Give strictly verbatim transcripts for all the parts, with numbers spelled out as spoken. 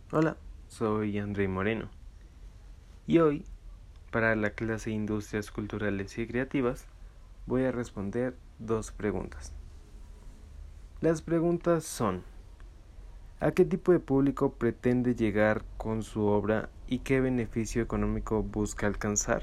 Hola, soy André Moreno y hoy, para la clase de Industrias Culturales y Creativas, voy a responder dos preguntas. Las preguntas son: ¿a qué tipo de público pretende llegar con su obra y qué beneficio económico busca alcanzar?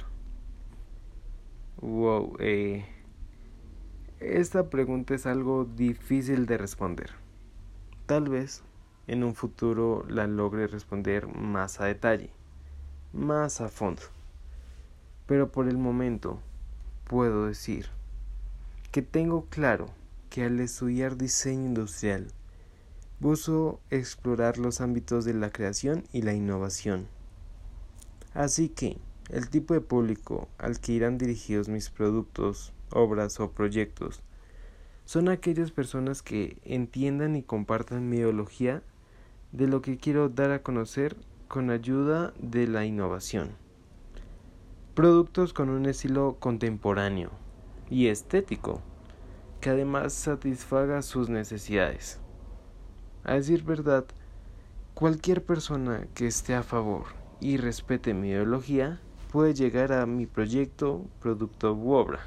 Wow, eh, esta pregunta es algo difícil de responder. Tal vez en un futuro la logre responder más a detalle, más a fondo. Pero por el momento puedo decir que tengo claro que al estudiar diseño industrial busco explorar los ámbitos de la creación y la innovación. Así que el tipo de público al que irán dirigidos mis productos, obras o proyectos son aquellas personas que entiendan y compartan mi ideología de lo que quiero dar a conocer con ayuda de la innovación. Productos con un estilo contemporáneo y estético que además satisfaga sus necesidades. A decir verdad, cualquier persona que esté a favor y respete mi ideología puede llegar a mi proyecto, producto u obra.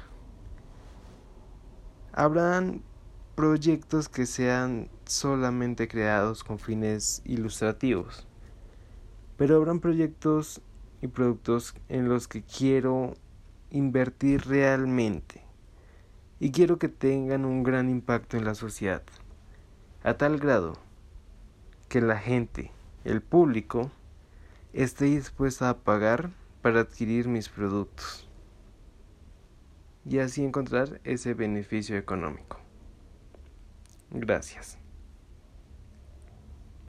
Habrán proyectos que sean solamente creados con fines ilustrativos, pero habrán proyectos y productos en los que quiero invertir realmente y quiero que tengan un gran impacto en la sociedad, a tal grado que la gente, el público, esté dispuesta a pagar para adquirir mis productos y así encontrar ese beneficio económico. Gracias.